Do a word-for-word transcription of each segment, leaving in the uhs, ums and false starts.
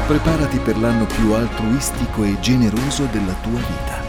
Preparati per l'anno più altruistico e generoso della tua vita.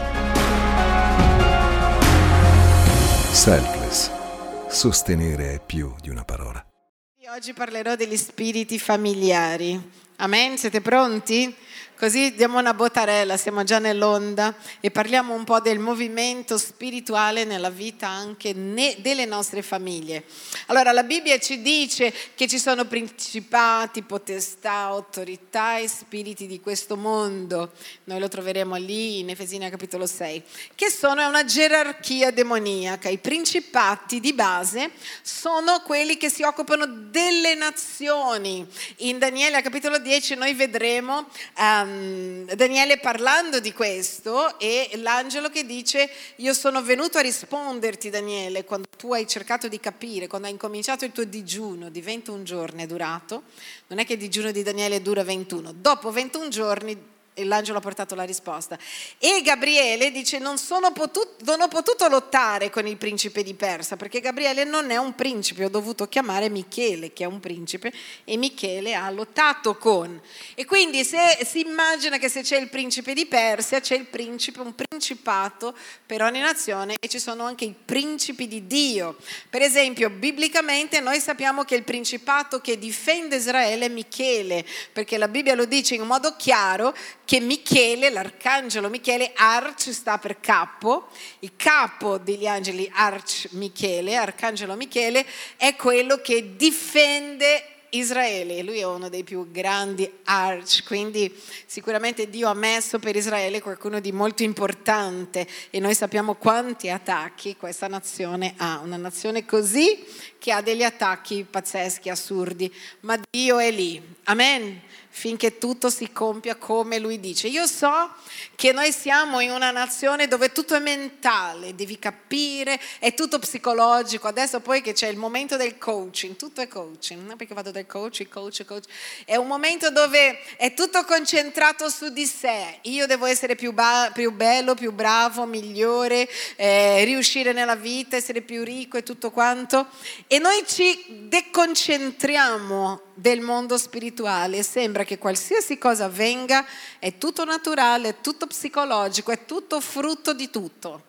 Selfless. Sostenere è più di una parola. Oggi parlerò degli spiriti familiari. Amen? Siete pronti? Così diamo una bottarella, siamo già nell'onda e parliamo un po' del movimento spirituale nella vita anche ne- delle nostre famiglie. Allora, la Bibbia ci dice che ci sono principati, potestà, autorità e spiriti di questo mondo. Noi lo troveremo lì in Efesini capitolo sei, che sono una gerarchia demoniaca. I principati di base sono quelli che si occupano delle nazioni. In Daniele capitolo dieci noi vedremo um, Daniele parlando di questo e l'angelo che dice: io sono venuto a risponderti, Daniele, quando tu hai cercato di capire, quando hai incominciato il tuo digiuno di ventuno giorni è durato, non è che il digiuno di Daniele dura ventuno, dopo ventuno giorni l'angelo ha portato la risposta. E Gabriele dice: non, sono potut- non ho potuto lottare con il principe di Persia, perché Gabriele non è un principe, ho dovuto chiamare Michele che è un principe, e Michele ha lottato con. E quindi se, si immagina che se c'è il principe di Persia c'è il principe, un principato per ogni nazione, e ci sono anche i principi di Dio. Per esempio, biblicamente noi sappiamo che il principato che difende Israele è Michele, perché la Bibbia lo dice in modo chiaro che Michele, l'arcangelo Michele, Arch sta per capo, il capo degli angeli, Arch Michele, arcangelo Michele, è quello che difende Israele. Lui è uno dei più grandi arch, quindi sicuramente Dio ha messo per Israele qualcuno di molto importante, e noi sappiamo quanti attacchi questa nazione ha, una nazione così che ha degli attacchi pazzeschi, assurdi, ma Dio è lì, amen, finché tutto si compia come Lui dice. Io so che noi siamo in una nazione dove tutto è mentale, devi capire, è tutto psicologico. Adesso poi che c'è il momento del coaching, tutto è coaching, no? Perché vado dal coach, coach, coach. È un momento dove è tutto concentrato su di sé. Io devo essere più, ba- più bello, più bravo, migliore, eh, riuscire nella vita, essere più ricco e tutto quanto. E noi ci deconcentriamo del mondo spirituale. Sembra che qualsiasi cosa avvenga è tutto naturale, è tutto psicologico, è tutto frutto di tutto.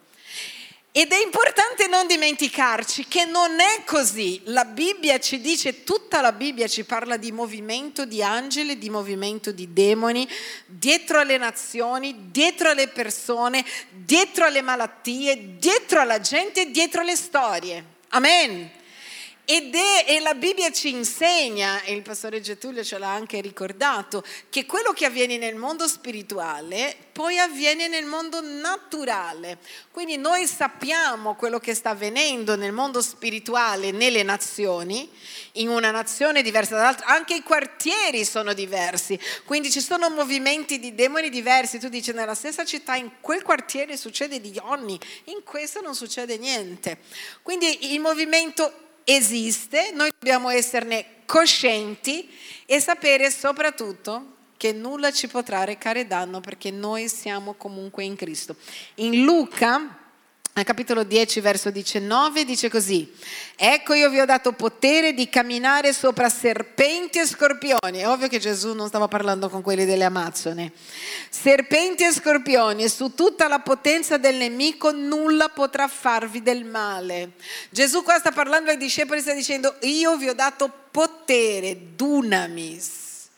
Ed è importante non dimenticarci che non è così. La Bibbia ci dice, tutta la Bibbia ci parla di movimento di angeli, di movimento di demoni, dietro alle nazioni, dietro alle persone, dietro alle malattie, dietro alla gente, dietro alle storie. Amen. Ed è, e la Bibbia ci insegna, e il pastore Getulio ce l'ha anche ricordato, che quello che avviene nel mondo spirituale poi avviene nel mondo naturale. Quindi noi sappiamo quello che sta avvenendo nel mondo spirituale nelle nazioni, in una nazione diversa dall'altra, anche i quartieri sono diversi, quindi ci sono movimenti di demoni diversi. Tu dici nella stessa città, in quel quartiere succede di ogni, in questo non succede niente. Quindi il movimento esiste, noi dobbiamo esserne coscienti e sapere soprattutto che nulla ci potrà recare danno, perché noi siamo comunque in Cristo. In Luca, al capitolo dieci, verso diciannove, dice così: ecco, io vi ho dato potere di camminare sopra serpenti e scorpioni. È ovvio che Gesù non stava parlando con quelli delle Amazzoni. Serpenti e scorpioni, e su tutta la potenza del nemico nulla potrà farvi del male. Gesù qua sta parlando ai discepoli, sta dicendo: io vi ho dato potere, dunamis.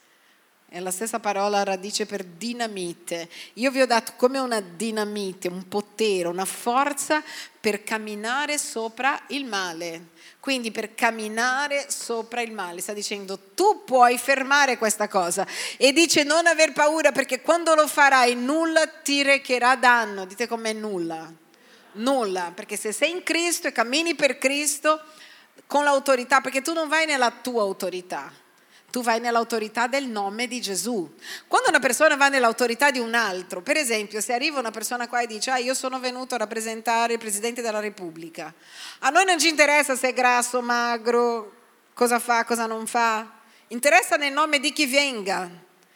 È la stessa parola radice per dinamite. Io vi ho dato come una dinamite, un potere, una forza per camminare sopra il male. Quindi per camminare sopra il male. Sta dicendo: tu puoi fermare questa cosa. E dice: non aver paura, perché quando lo farai nulla ti recherà danno. Dite com'è nulla. Nulla, perché se sei in Cristo e cammini per Cristo con l'autorità, perché tu non vai nella tua autorità. Tu vai nell'autorità del nome di Gesù. Quando una persona va nell'autorità di un altro, per esempio, se arriva una persona qua e dice: ah, io sono venuto a rappresentare il Presidente della Repubblica, a noi non ci interessa se è grasso, magro, cosa fa, cosa non fa, interessa nel nome di chi venga.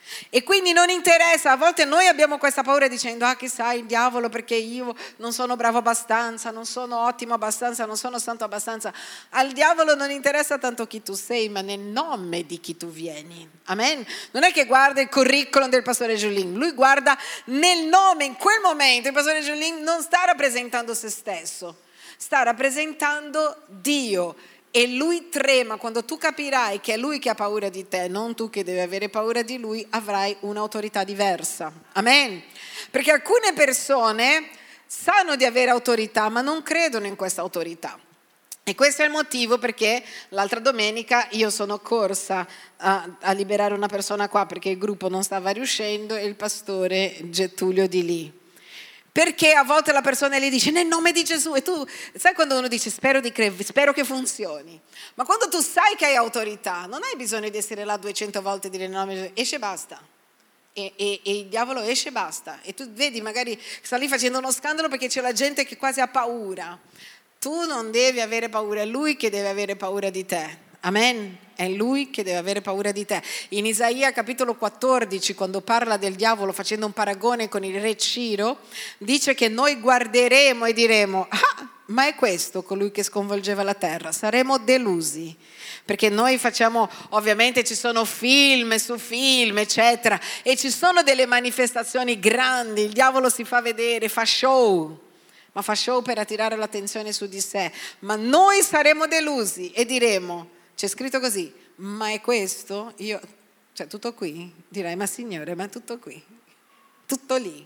E quindi non interessa, a volte noi abbiamo questa paura dicendo ah che sai il diavolo perché io non sono bravo abbastanza, non sono ottimo abbastanza, non sono santo abbastanza. Al diavolo non interessa tanto chi tu sei, ma nel nome di chi tu vieni. Amen. Non è che guarda il curriculum del pastore Giulin, lui guarda nel nome. In quel momento il pastore Giulin non sta rappresentando se stesso, sta rappresentando Dio. E lui trema. Quando tu capirai che è lui che ha paura di te, non tu che devi avere paura di lui, avrai un'autorità diversa. Amen. Perché alcune persone sanno di avere autorità, ma non credono in questa autorità. E questo è il motivo perché l'altra domenica io sono corsa a, a liberare una persona qua perché il gruppo non stava riuscendo e il pastore Getulio di lì. Perché a volte la persona gli dice nel nome di Gesù e tu sai quando uno dice spero di cre- spero che funzioni, ma quando tu sai che hai autorità non hai bisogno di essere là duecento volte e dire nel nome di Gesù, esce e basta e, e, e il diavolo esce e basta e tu vedi magari sta lì facendo uno scandalo perché c'è la gente che quasi ha paura. Tu non devi avere paura, è lui che deve avere paura di te. Amen. È lui che deve avere paura di te. In Isaia capitolo quattordici, quando parla del diavolo facendo un paragone con il re Ciro, dice che noi guarderemo e diremo ah, ma è questo colui che sconvolgeva la terra. Saremo delusi. Perché noi facciamo, ovviamente ci sono film su film, eccetera, e ci sono delle manifestazioni grandi, il diavolo si fa vedere, fa show, ma fa show per attirare l'attenzione su di sé. Ma noi saremo delusi e diremo, c'è scritto così, ma è questo? Io, cioè tutto qui? Dirai, ma Signore, ma tutto qui? Tutto lì?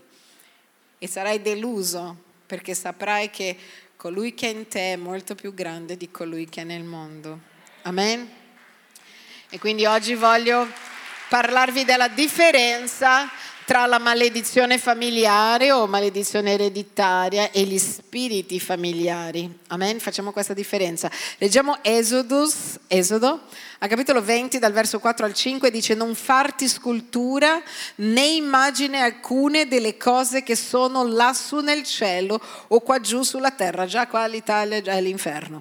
E sarai deluso perché saprai che colui che è in te è molto più grande di colui che è nel mondo. Amen? E quindi oggi voglio parlarvi della differenza tra la maledizione familiare o maledizione ereditaria e gli spiriti familiari. Amen? Facciamo questa differenza. Leggiamo Esodus, Esodo, a capitolo venti, dal verso quattro al cinque, dice non farti scultura né immagine alcune delle cose che sono lassù nel cielo o qua giù sulla terra, già qua l'Italia già è l'inferno,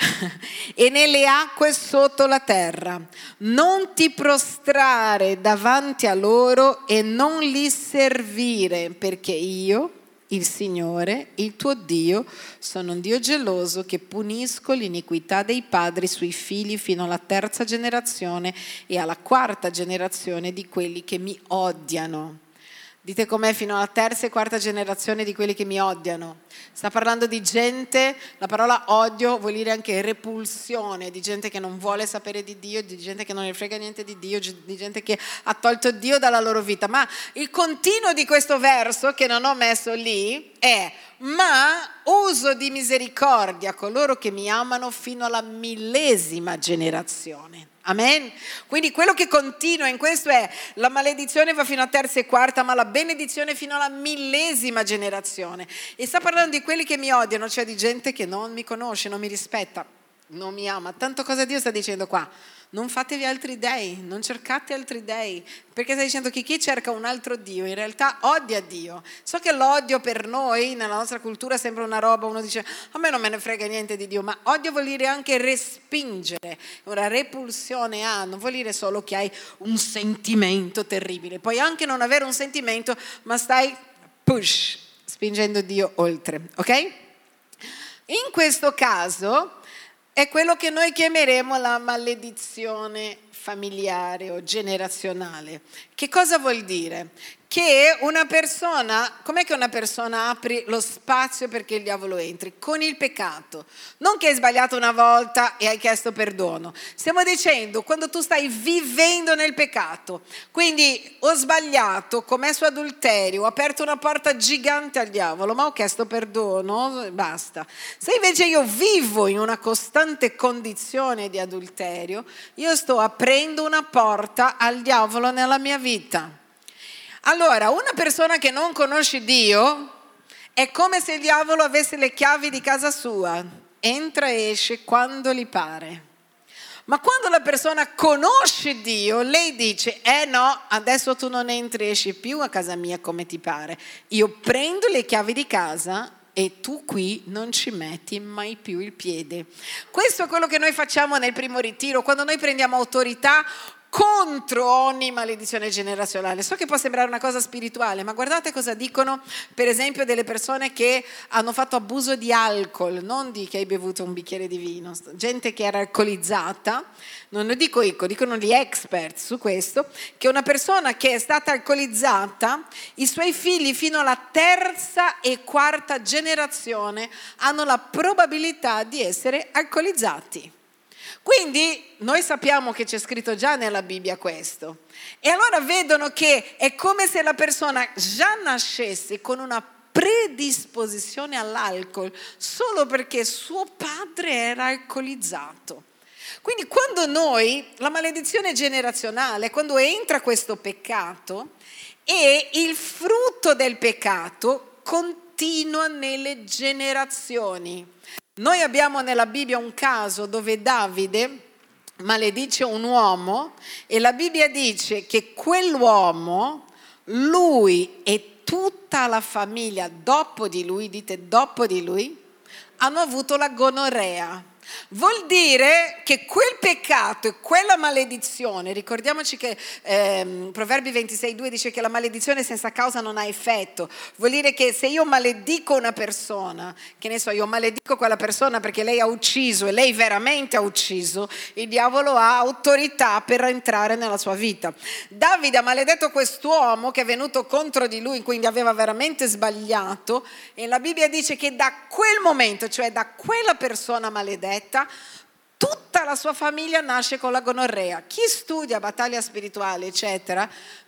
e nelle acque sotto la terra. Non ti prostrare davanti a loro e non li servire, perché io, il Signore, il tuo Dio, sono un Dio geloso che punisco l'iniquità dei padri sui figli fino alla terza generazione e alla quarta generazione di quelli che mi odiano. Dite com'è fino alla terza e quarta generazione di quelli che mi odiano. Sta parlando di gente, la parola odio vuol dire anche repulsione, di gente che non vuole sapere di Dio, di gente che non ne frega niente di Dio, di gente che ha tolto Dio dalla loro vita. Ma il continuo di questo verso, che non ho messo lì, è ma uso di misericordia a coloro che mi amano fino alla millesima generazione. Amen. Quindi quello che continua in questo è la maledizione va fino a terza e quarta, ma la benedizione fino alla millesima generazione. E sta parlando di quelli che mi odiano, cioè di gente che non mi conosce, non mi rispetta, non mi ama. Tanto cosa Dio sta dicendo qua? Non fatevi altri dei, non cercate altri dei, perché sta dicendo che chi cerca un altro Dio in realtà odia Dio. So che l'odio per noi, nella nostra cultura, sembra una roba, uno dice a me non me ne frega niente di Dio, ma odio vuol dire anche respingere, una repulsione ha, non vuol dire solo che hai un sentimento terribile, puoi anche non avere un sentimento, ma stai push, spingendo Dio oltre, ok? In questo caso è quello che noi chiameremo la maledizione familiare o generazionale. Che cosa vuol dire? Che una persona, com'è che una persona apre lo spazio perché il diavolo entri? Con il peccato. Non che hai sbagliato una volta e hai chiesto perdono. Stiamo dicendo quando tu stai vivendo nel peccato. Quindi ho sbagliato, ho commesso adulterio, ho aperto una porta gigante al diavolo, ma ho chiesto perdono, basta. Se invece io vivo in una costante condizione di adulterio, io sto aprendo una porta al diavolo nella mia vita. Allora, una persona che non conosce Dio è come se il diavolo avesse le chiavi di casa sua, entra e esce quando gli pare. Ma quando la persona conosce Dio, lei dice, eh no, adesso tu non entri e esci più a casa mia come ti pare. Io prendo le chiavi di casa e tu qui non ci metti mai più il piede. Questo è quello che noi facciamo nel primo ritiro, quando noi prendiamo autorità contro ogni maledizione generazionale. So che può sembrare una cosa spirituale, ma guardate cosa dicono per esempio delle persone che hanno fatto abuso di alcol, non di che hai bevuto un bicchiere di vino, gente che era alcolizzata. Non lo dico io, dicono gli expert su questo, che una persona che è stata alcolizzata, i suoi figli fino alla terza e quarta generazione hanno la probabilità di essere alcolizzati. Quindi noi sappiamo che c'è scritto già nella Bibbia questo. E allora vedono che è come se la persona già nascesse con una predisposizione all'alcol solo perché suo padre era alcolizzato. Quindi quando noi, la maledizione generazionale, quando entra questo peccato e il frutto del peccato continua nelle generazioni. Noi abbiamo nella Bibbia un caso dove Davide maledice un uomo e la Bibbia dice che quell'uomo, lui e tutta la famiglia dopo di lui, dite dopo di lui, hanno avuto la gonorrea. Vuol dire che quel peccato e quella maledizione, ricordiamoci che ehm, Proverbi ventisei due dice che la maledizione senza causa non ha effetto. Vuol dire che se io maledico una persona, che ne so, io maledico quella persona perché lei ha ucciso e lei veramente ha ucciso, il diavolo ha autorità per entrare nella sua vita. Davide ha maledetto quest'uomo che è venuto contro di lui, quindi aveva veramente sbagliato, e la Bibbia dice che da quel momento, cioè da quella persona maledetta, tutta la sua famiglia nasce con la gonorrea. Chi studia battaglia spirituale, eccetera,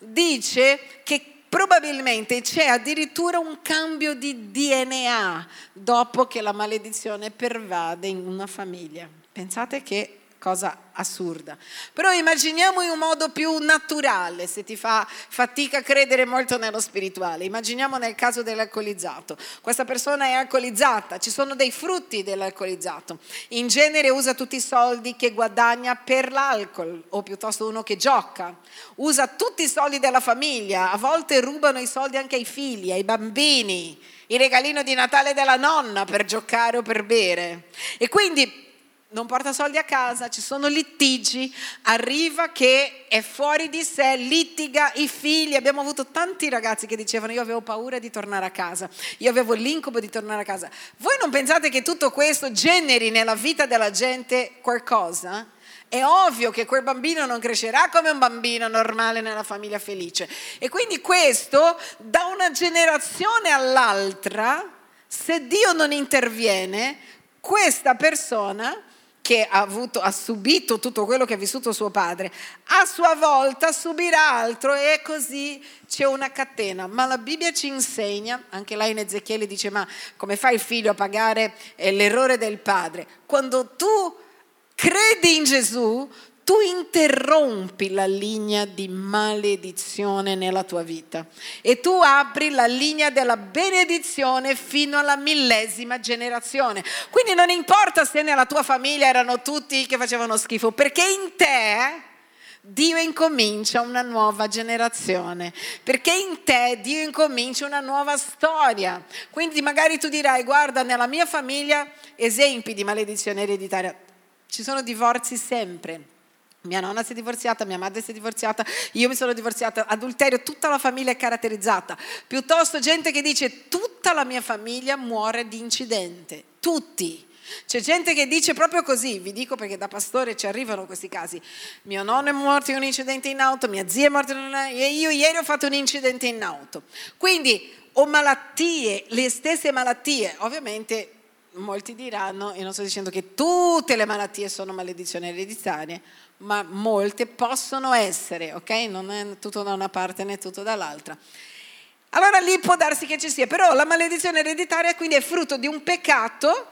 dice che probabilmente c'è addirittura un cambio di D N A dopo che la maledizione pervade in una famiglia. Pensate che cosa assurda. Però immaginiamo in un modo più naturale, se ti fa fatica a credere molto nello spirituale. Immaginiamo nel caso dell'alcolizzato. Questa persona è alcolizzata, ci sono dei frutti dell'alcolizzato. In genere usa tutti i soldi che guadagna per l'alcol, o piuttosto uno che gioca. Usa tutti i soldi della famiglia, a volte rubano i soldi anche ai figli, ai bambini, il regalino di Natale della nonna per giocare o per bere. E quindi non porta soldi a casa, ci sono litigi, arriva che è fuori di sé, litiga i figli. Abbiamo avuto tanti ragazzi che dicevano: io avevo paura di tornare a casa, io avevo l'incubo di tornare a casa. Voi non pensate che tutto questo generi nella vita della gente qualcosa? È ovvio che quel bambino non crescerà come un bambino normale nella famiglia felice. E quindi questo, da una generazione all'altra, se Dio non interviene, questa persona che ha, avuto, ha subito tutto quello che ha vissuto suo padre, a sua volta subirà altro, e così c'è una catena. Ma la Bibbia ci insegna, anche là in Ezechiele dice: ma come fa il figlio a pagare eh, l'errore del padre? Quando tu credi in Gesù, tu interrompi la linea di maledizione nella tua vita e tu apri la linea della benedizione fino alla millesima generazione. Quindi non importa se nella tua famiglia erano tutti che facevano schifo, perché in te Dio incomincia una nuova generazione, perché in te Dio incomincia una nuova storia. Quindi magari tu dirai: guarda, nella mia famiglia esempi di maledizione ereditaria, ci sono divorzi sempre. Mia nonna si è divorziata, mia madre si è divorziata, io mi sono divorziata, adulterio, tutta la famiglia è caratterizzata. Piuttosto gente che dice: tutta la mia famiglia muore di incidente, tutti. C'è gente che dice proprio così, vi dico perché da pastore ci arrivano questi casi: mio nonno è morto in un incidente in auto, mia zia è morta in un... e io ieri ho fatto un incidente in auto. Quindi ho malattie, le stesse malattie, ovviamente. Molti diranno, io non sto dicendo che tutte le malattie sono maledizioni ereditarie, ma molte possono essere, ok? Non è tutto da una parte né tutto dall'altra. Allora lì può darsi che ci sia, però la maledizione ereditaria quindi è frutto di un peccato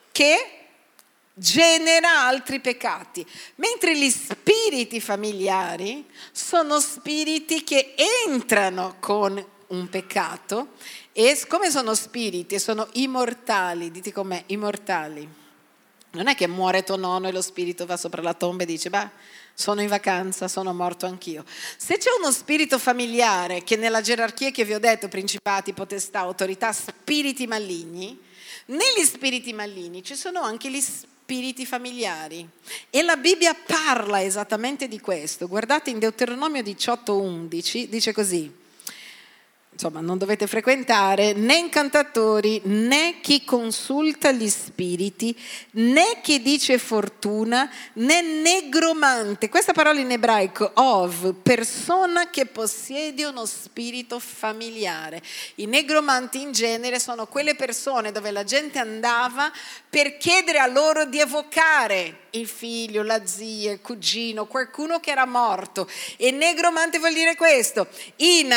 che genera altri peccati, mentre gli spiriti familiari sono spiriti che entrano con un peccato. E come sono spiriti e sono immortali, dite com'è, immortali. Non è che muore tuo nonno e lo spirito va sopra la tomba e dice: beh, sono in vacanza, sono morto anch'io. Se c'è uno spirito familiare che nella gerarchia che vi ho detto, principati, potestà, autorità, spiriti maligni, negli spiriti maligni ci sono anche gli spiriti spiriti familiari. E la Bibbia parla esattamente di questo. Guardate in Deuteronomio diciotto undici, dice così. Insomma, non dovete frequentare né incantatori, né chi consulta gli spiriti, né chi dice fortuna, né negromante. Questa parola in ebraico, ov, persona che possiede uno spirito familiare. I negromanti in genere sono quelle persone dove la gente andava per chiedere a loro di evocare il figlio, la zia, il cugino, qualcuno che era morto. E negromante vuol dire questo. In,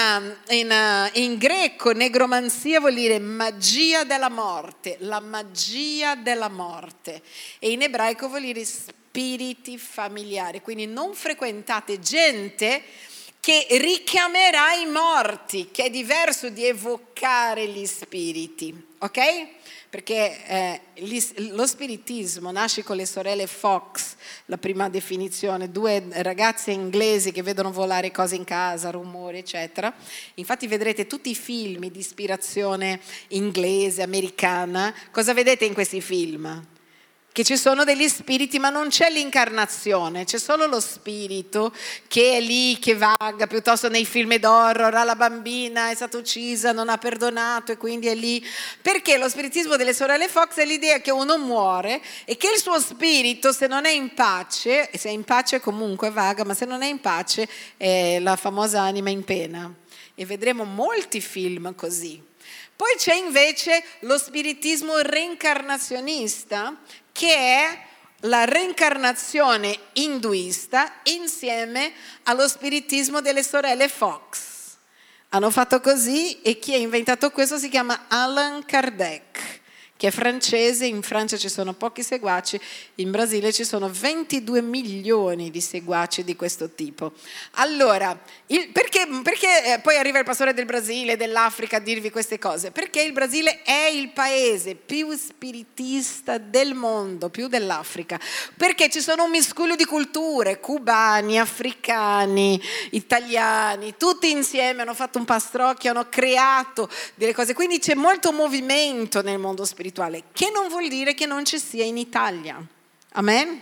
in, in greco negromanzia vuol dire magia della morte, la magia della morte. E in ebraico vuol dire spiriti familiari. Quindi non frequentate gente che richiamerà i morti, che è diverso di evocare gli spiriti, ok? Perché eh, lo spiritismo nasce con le sorelle Fox, la prima definizione, due ragazze inglesi che vedono volare cose in casa, rumori, eccetera. Infatti vedrete tutti i film di ispirazione inglese, americana. Cosa vedete in questi film? Che ci sono degli spiriti, ma non c'è l'incarnazione, c'è solo lo spirito che è lì, che vaga, piuttosto nei film d'horror, la bambina è stata uccisa, non ha perdonato e quindi è lì. Perché lo spiritismo delle sorelle Fox è l'idea che uno muore e che il suo spirito, se non è in pace, e se è in pace comunque vaga, ma se non è in pace è la famosa anima in pena. E vedremo molti film così. Poi c'è invece lo spiritismo reincarnazionista, che è la reincarnazione induista insieme allo spiritismo delle sorelle Fox. Hanno fatto così e chi ha inventato questo si chiama Allan Kardec, che è francese. In Francia ci sono pochi seguaci, in Brasile ci sono ventidue milioni di seguaci di questo tipo. Allora, il, perché, perché poi arriva il pastore del Brasile, dell'Africa a dirvi queste cose? Perché il Brasile è il paese più spiritista del mondo, più dell'Africa, perché ci sono un miscuglio di culture, cubani, africani, italiani, tutti insieme hanno fatto un pastrocchio, hanno creato delle cose, quindi c'è molto movimento nel mondo spirituale. Che non vuol dire che non ci sia in Italia. Amen?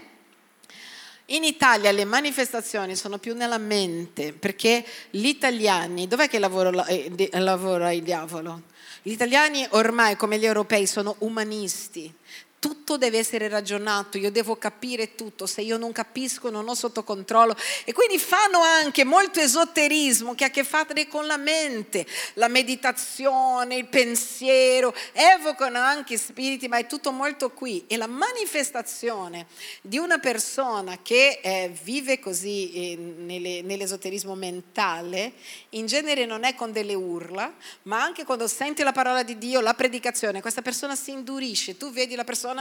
In Italia le manifestazioni sono più nella mente, perché gli italiani, dov'è che lavora, eh, lavora il diavolo? Gli italiani ormai, come gli europei, sono umanisti. Tutto deve essere ragionato, io devo capire tutto, se io non capisco non ho sotto controllo, e quindi fanno anche molto esoterismo che ha a che fare con la mente, la meditazione, il pensiero, evocano anche spiriti, ma è tutto molto qui. E la manifestazione di una persona che eh, vive così eh, nelle, nell'esoterismo mentale, in genere non è con delle urla, ma anche quando senti la parola di Dio, la predicazione, questa persona si indurisce, tu vedi la persona.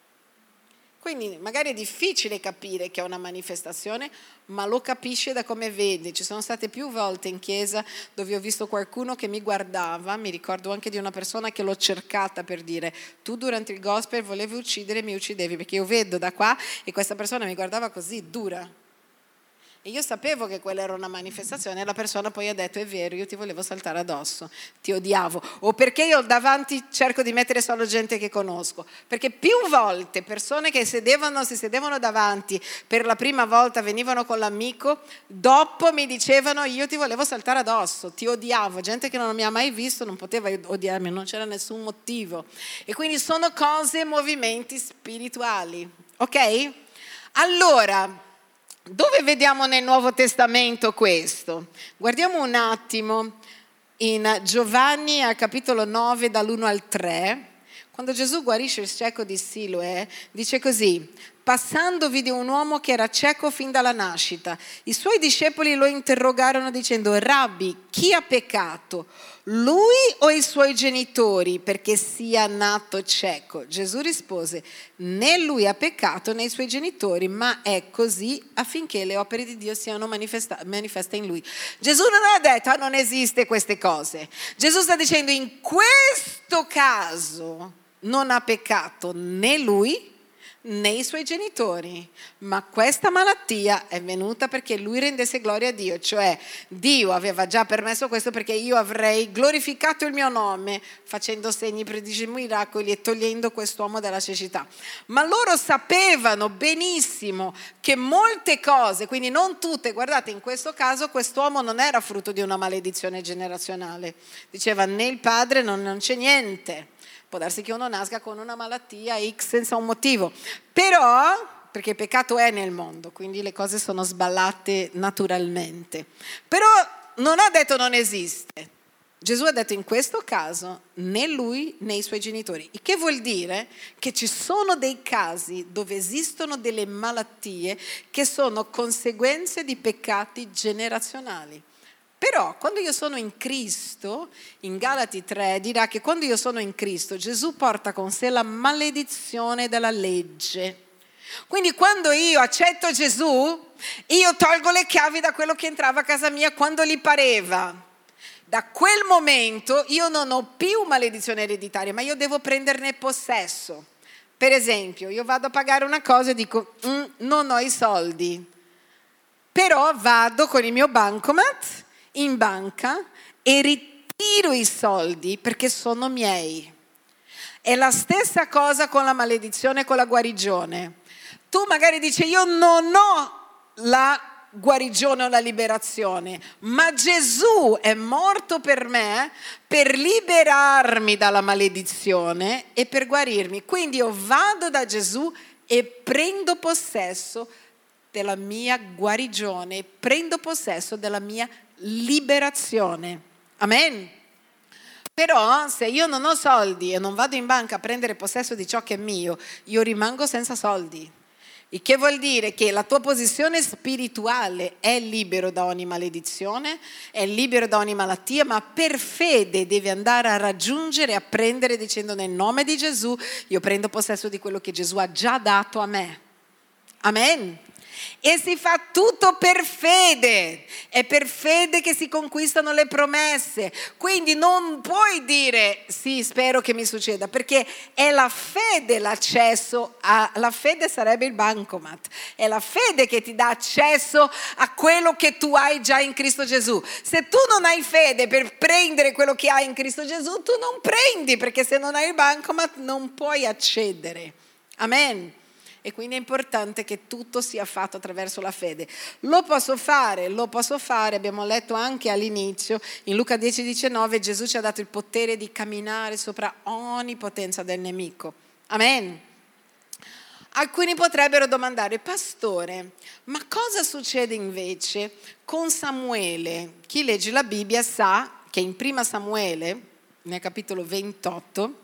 Quindi magari è difficile capire che è una manifestazione, ma lo capisce da come vede. Ci sono state più volte in chiesa dove ho visto qualcuno che mi guardava, mi ricordo anche di una persona che l'ho cercata per dire: tu durante il gospel volevi uccidere, mi uccidevi, perché io vedo da qua, e questa persona mi guardava così dura. E io sapevo che quella era una manifestazione, e la persona poi ha detto: è vero, io ti volevo saltare addosso, ti odiavo. O perché io davanti cerco di mettere solo gente che conosco, perché più volte persone che sedevano, si sedevano davanti per la prima volta, venivano con l'amico, dopo mi dicevano: io ti volevo saltare addosso, ti odiavo. Gente che non mi ha mai visto non poteva odiarmi, non c'era nessun motivo. E quindi sono cose, movimenti spirituali, ok? Allora, dove vediamo nel Nuovo Testamento questo? Guardiamo un attimo in Giovanni al capitolo nove dall'uno al tre, quando Gesù guarisce il cieco di Siloè, dice così: passando vide un uomo che era cieco fin dalla nascita. I suoi discepoli lo interrogarono dicendo: Rabbi, chi ha peccato, lui o i suoi genitori, perché sia nato cieco? Gesù rispose: né lui ha peccato né i suoi genitori, ma è così affinché le opere di Dio siano manifesta- manifeste in lui. Gesù non ha detto: ah, non esiste queste cose. Gesù sta dicendo: in questo caso non ha peccato né lui né i suoi genitori, ma questa malattia è venuta perché lui rendesse gloria a Dio, cioè Dio aveva già permesso questo perché io avrei glorificato il mio nome facendo segni, prodigi, miracoli e togliendo quest'uomo dalla cecità. Ma loro sapevano benissimo che molte cose, quindi non tutte, guardate, in questo caso quest'uomo non era frutto di una maledizione generazionale, diceva né il padre, non, non c'è niente. Può darsi che uno nasca con una malattia X senza un motivo, però, perché il peccato è nel mondo, quindi le cose sono sballate naturalmente. Però non ha detto non esiste. Gesù ha detto in questo caso né lui né i suoi genitori. Il che vuol dire che ci sono dei casi dove esistono delle malattie che sono conseguenze di peccati generazionali. Però quando io sono in Cristo, in Galati tre dirà che quando io sono in Cristo Gesù porta con sé la maledizione della legge. Quindi quando io accetto Gesù, io tolgo le chiavi da quello che entrava a casa mia quando gli pareva. Da quel momento io non ho più maledizione ereditaria, ma io devo prenderne possesso. Per esempio, io vado a pagare una cosa e dico mm, non ho i soldi, però vado con il mio bancomat in banca e ritiro i soldi perché sono miei. È la stessa cosa con la maledizione e con la guarigione. Tu magari dici io non ho la guarigione o la liberazione, ma Gesù è morto per me per liberarmi dalla maledizione e per guarirmi. Quindi io vado da Gesù e prendo possesso della mia guarigione, prendo possesso della mia liberazione. Amen. Però se io non ho soldi e non vado in banca a prendere possesso di ciò che è mio, io rimango senza soldi. Il che vuol dire che la tua posizione spirituale è libero da ogni maledizione, è libero da ogni malattia, ma per fede devi andare a raggiungere, a prendere dicendo nel nome di Gesù, io prendo possesso di quello che Gesù ha già dato a me. Amen. E si fa tutto per fede, è per fede che si conquistano le promesse, quindi non puoi dire sì, spero che mi succeda, perché è la fede l'accesso, a, la fede sarebbe il bancomat, è la fede che ti dà accesso a quello che tu hai già in Cristo Gesù. Se tu non hai fede per prendere quello che hai in Cristo Gesù, tu non prendi, perché se non hai il bancomat non puoi accedere. Amen. E quindi è importante che tutto sia fatto attraverso la fede. Lo posso fare, lo posso fare, abbiamo letto anche all'inizio, in Luca dieci diciannove, Gesù ci ha dato il potere di camminare sopra ogni potenza del nemico. Amen. Alcuni potrebbero domandare, pastore, ma cosa succede invece con Samuele? Chi legge la Bibbia sa che in prima Samuele, nel capitolo ventotto,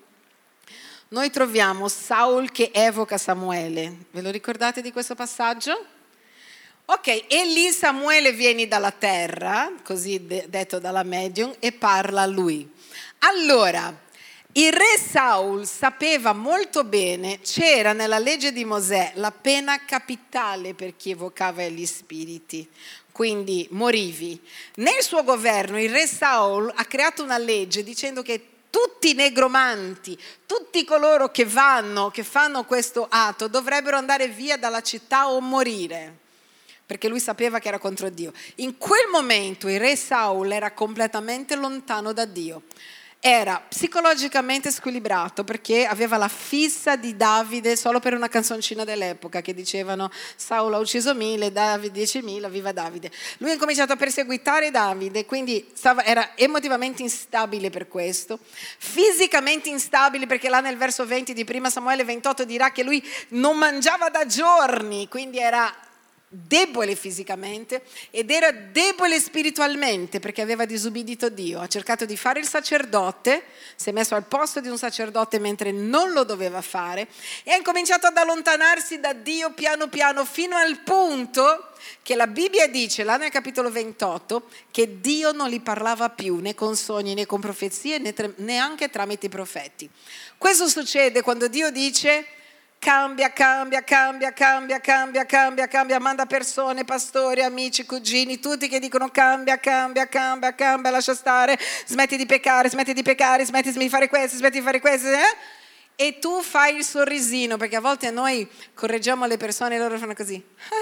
noi troviamo Saul che evoca Samuele. Ve lo ricordate di questo passaggio? Ok, e lì Samuele viene dalla terra, così de- detto dalla medium, e parla a lui. Allora, il re Saul sapeva molto bene, c'era nella legge di Mosè la pena capitale per chi evocava gli spiriti. Quindi morivi. Nel suo governo il re Saul ha creato una legge dicendo che tutti i negromanti, tutti coloro che vanno, che fanno questo atto, dovrebbero andare via dalla città o morire, perché lui sapeva che era contro Dio. In quel momento il re Saul era completamente lontano da Dio. Era psicologicamente squilibrato perché aveva la fissa di Davide solo per una canzoncina dell'epoca che dicevano Saul ha ucciso mille, Davide diecimila, viva Davide. Lui ha incominciato a perseguitare Davide, quindi stava, era emotivamente instabile per questo, fisicamente instabile perché là nel verso venti di prima Samuele ventotto dirà che lui non mangiava da giorni, quindi era debole fisicamente ed era debole spiritualmente perché aveva disubbidito Dio. Ha cercato di fare il sacerdote, si è messo al posto di un sacerdote mentre non lo doveva fare e ha incominciato ad allontanarsi da Dio piano piano fino al punto che la Bibbia dice là nel capitolo ventotto che Dio non gli parlava più né con sogni né con profezie né tra- neanche tramite i profeti. Questo succede quando Dio dice Cambia, cambia, cambia, cambia, cambia, cambia, cambia, manda persone, pastori, amici, cugini, tutti che dicono cambia, cambia, cambia, cambia, lascia stare, smetti di peccare, smetti di peccare, smetti di fare questo, smetti di fare questo. Eh? e tu fai il sorrisino, perché a volte noi correggiamo le persone e loro fanno così.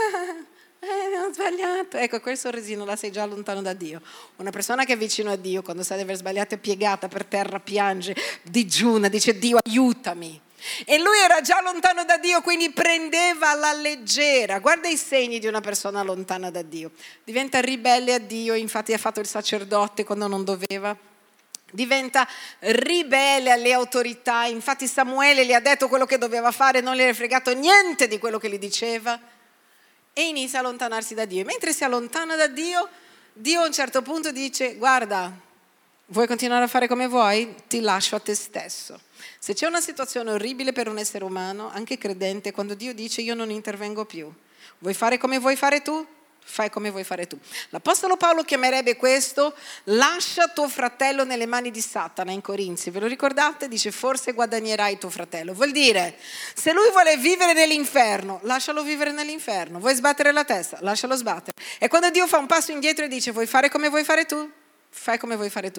Eh, ho sbagliato. Ecco, quel sorrisino là sei già lontano da Dio. Una persona che è vicino a Dio, quando sa di aver sbagliato, è piegata per terra, piange, digiuna, dice Dio aiutami. E lui era già lontano da Dio, quindi prendeva alla leggera. Guarda i segni di una persona lontana da Dio. Diventa ribelle a Dio, infatti ha fatto il sacerdote quando non doveva. Diventa ribelle alle autorità, infatti Samuele gli ha detto quello che doveva fare, non gli è fregato niente di quello che gli diceva. E inizia a allontanarsi da Dio. E mentre si allontana da Dio, Dio a un certo punto dice: guarda, vuoi continuare a fare come vuoi? Ti lascio a te stesso. Se c'è una situazione orribile per un essere umano, anche credente, quando Dio dice io non intervengo più, vuoi fare come vuoi fare tu? Fai come vuoi fare tu. L'Apostolo Paolo chiamerebbe questo lascia tuo fratello nelle mani di Satana in Corinzi. Ve lo ricordate? Dice forse guadagnerai tuo fratello. Vuol dire se lui vuole vivere nell'inferno, lascialo vivere nell'inferno. Vuoi sbattere la testa? Lascialo sbattere. E quando Dio fa un passo indietro e dice vuoi fare come vuoi fare tu? Fai come vuoi fare tu.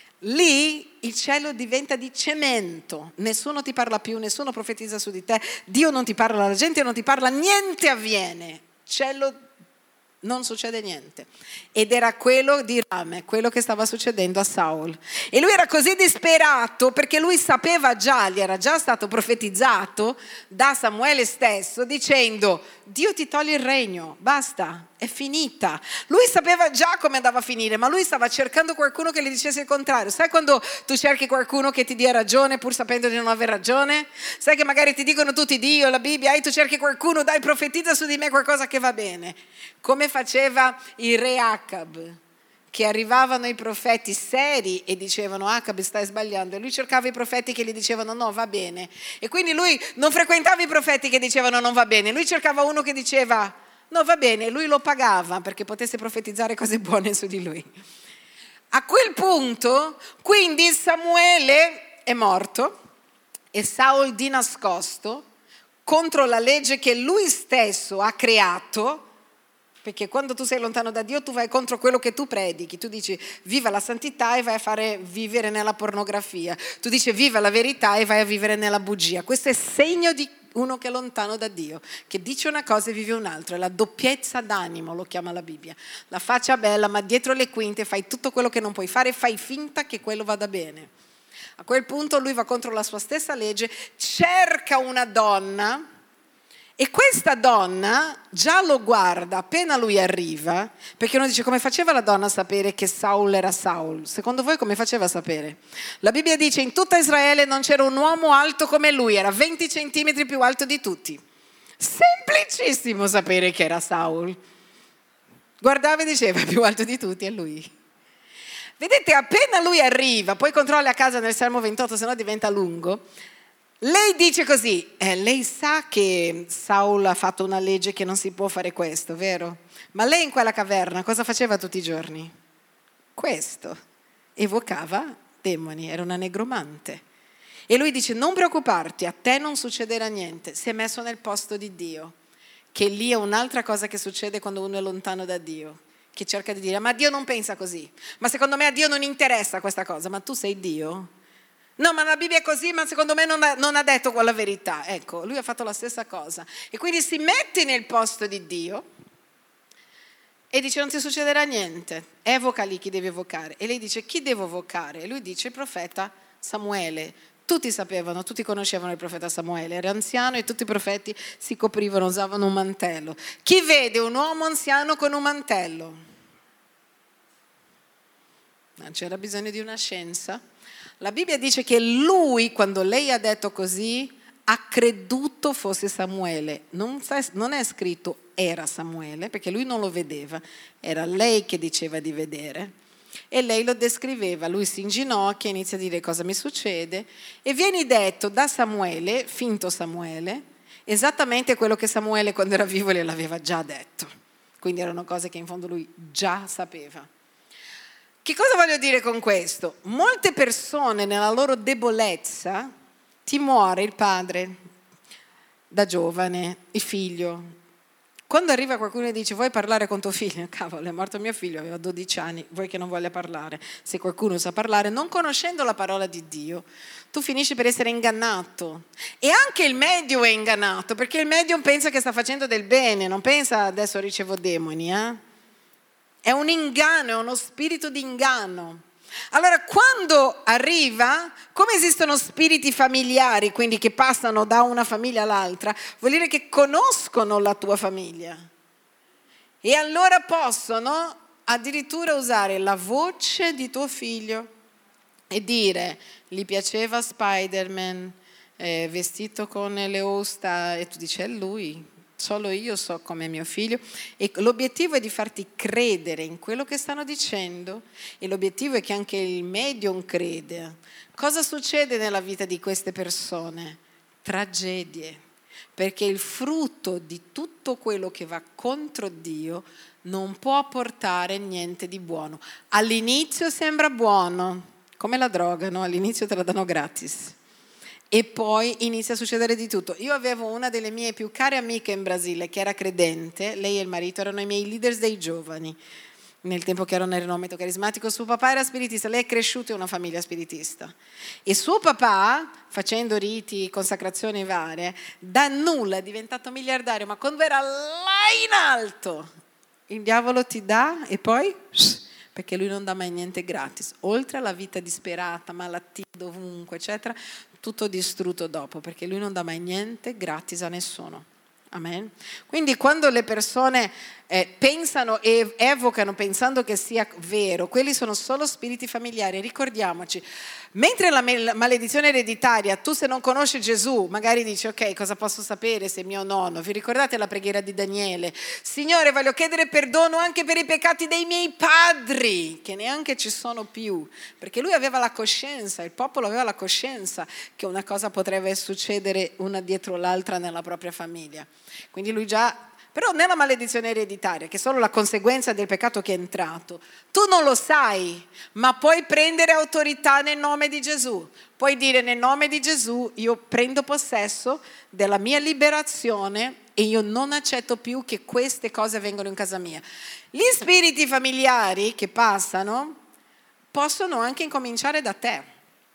Lì il cielo diventa di cemento, nessuno ti parla più, nessuno profetizza su di te, Dio non ti parla, la gente non ti parla, niente avviene. Cielo non succede niente. Ed era quello di Rame, quello che stava succedendo a Saul. E lui era così disperato perché lui sapeva già, gli era già stato profetizzato da Samuele stesso dicendo Dio ti toglie il regno, basta, è finita. Lui sapeva già come andava a finire, ma lui stava cercando qualcuno che gli dicesse il contrario. Sai quando tu cerchi qualcuno che ti dia ragione pur sapendo di non aver ragione? Sai che magari ti dicono tutti Dio, la Bibbia, e tu cerchi qualcuno, dai profetizza su di me qualcosa che va bene. Come faceva il re Acab, che arrivavano i profeti seri e dicevano Acab stai sbagliando, e lui cercava i profeti che gli dicevano no va bene, e quindi lui non frequentava i profeti che dicevano non va bene, lui cercava uno che diceva no va bene, e lui lo pagava perché potesse profetizzare cose buone su di lui. A quel punto quindi Samuele è morto e Saul di nascosto contro la legge che lui stesso ha creato. Perché quando tu sei lontano da Dio tu vai contro quello che tu predichi, tu dici viva la santità e vai a fare vivere nella pornografia, tu dici viva la verità e vai a vivere nella bugia. Questo è segno di uno che è lontano da Dio, che dice una cosa e vive un'altra, è la doppiezza d'animo, lo chiama la Bibbia, la faccia bella ma dietro le quinte fai tutto quello che non puoi fare e fai finta che quello vada bene. A quel punto lui va contro la sua stessa legge, cerca una donna. E questa donna già lo guarda appena lui arriva, perché uno dice come faceva la donna a sapere che Saul era Saul? Secondo voi come faceva a sapere? La Bibbia dice in tutta Israele non c'era un uomo alto come lui, era venti centimetri più alto di tutti. Semplicissimo sapere che era Saul. Guardava e diceva più alto di tutti è lui. Vedete, appena lui arriva, poi controlla a casa nel Salmo ventotto, se no diventa lungo. Lei dice così, eh, lei sa che Saul ha fatto una legge che non si può fare questo, vero? Ma lei in quella caverna cosa faceva tutti i giorni? Questo, evocava demoni, era una negromante. E lui dice non preoccuparti, a te non succederà niente, si è messo nel posto di Dio, che lì è un'altra cosa che succede quando uno è lontano da Dio, che cerca di dire ma Dio non pensa così, ma secondo me a Dio non interessa questa cosa, ma tu sei Dio? No, ma la Bibbia è così, ma secondo me non ha, non ha detto quella verità. Ecco, lui ha fatto la stessa cosa. E quindi si mette nel posto di Dio e dice non ti succederà niente. Evoca lì chi devi evocare. E lei dice chi devo evocare? E lui dice il profeta Samuele. Tutti sapevano, tutti conoscevano il profeta Samuele. Era anziano e tutti i profeti si coprivano, usavano un mantello. Chi vede un uomo anziano con un mantello? Non c'era bisogno di una scienza. La Bibbia dice che lui, quando lei ha detto così, ha creduto fosse Samuele. Non, non è scritto era Samuele, perché lui non lo vedeva. Era lei che diceva di vedere. E lei lo descriveva. Lui si inginocchia e inizia a dire cosa mi succede. E viene detto da Samuele, finto Samuele, esattamente quello che Samuele quando era vivo gliel'aveva già detto. Quindi erano cose che in fondo lui già sapeva. Che cosa voglio dire con questo? Molte persone nella loro debolezza, ti muore il padre da giovane, il figlio, quando arriva qualcuno e dice vuoi parlare con tuo figlio? Cavolo, è morto mio figlio, aveva dodici anni, vuoi che non voglia parlare? Se qualcuno sa parlare, non conoscendo la parola di Dio, tu finisci per essere ingannato. E anche il medium è ingannato, perché il medium pensa che sta facendo del bene, non pensa adesso ricevo demoni, eh? È un inganno, è uno spirito di inganno. Allora, quando arriva, come esistono spiriti familiari, quindi che passano da una famiglia all'altra, vuol dire che conoscono la tua famiglia. E allora possono addirittura usare la voce di tuo figlio e dire, gli piaceva Spider-Man, eh, vestito con le osta, e tu dici, è lui. Solo io so come mio figlio, e l'obiettivo è di farti credere in quello che stanno dicendo, e l'obiettivo è che anche il medium crede. Cosa succede nella vita di queste persone? Tragedie, perché il frutto di tutto quello che va contro Dio non può portare niente di buono. All'inizio sembra buono, come la droga, no? All'inizio te la danno gratis. E poi inizia a succedere di tutto. Io avevo una delle mie più care amiche in Brasile che era credente, lei e il marito erano i miei leaders dei giovani, nel tempo che ero nel rinnovato carismatico. Suo papà era spiritista, lei è cresciuta in una famiglia spiritista. E suo papà, facendo riti, consacrazioni varie, da nulla è diventato miliardario, ma quando era là in alto, il diavolo ti dà e poi... perché lui non dà mai niente gratis. Oltre alla vita disperata, malattie dovunque, eccetera, tutto distrutto dopo, perché lui non dà mai niente gratis a nessuno. Amen. Quindi quando le persone eh, pensano e evocano pensando che sia vero, quelli sono solo spiriti familiari. Ricordiamoci, mentre la maledizione ereditaria, tu se non conosci Gesù, magari dici ok, cosa posso sapere se mio nonno? Vi ricordate la preghiera di Daniele? Signore, voglio chiedere perdono anche per i peccati dei miei padri, che neanche ci sono più, perché lui aveva la coscienza, il popolo aveva la coscienza che una cosa potrebbe succedere una dietro l'altra nella propria famiglia. Quindi lui già, però nella maledizione ereditaria, che è solo la conseguenza del peccato che è entrato, tu non lo sai, ma puoi prendere autorità nel nome di Gesù. Puoi dire nel nome di Gesù io prendo possesso della mia liberazione e io non accetto più che queste cose vengano in casa mia. Gli spiriti familiari che passano possono anche incominciare da te.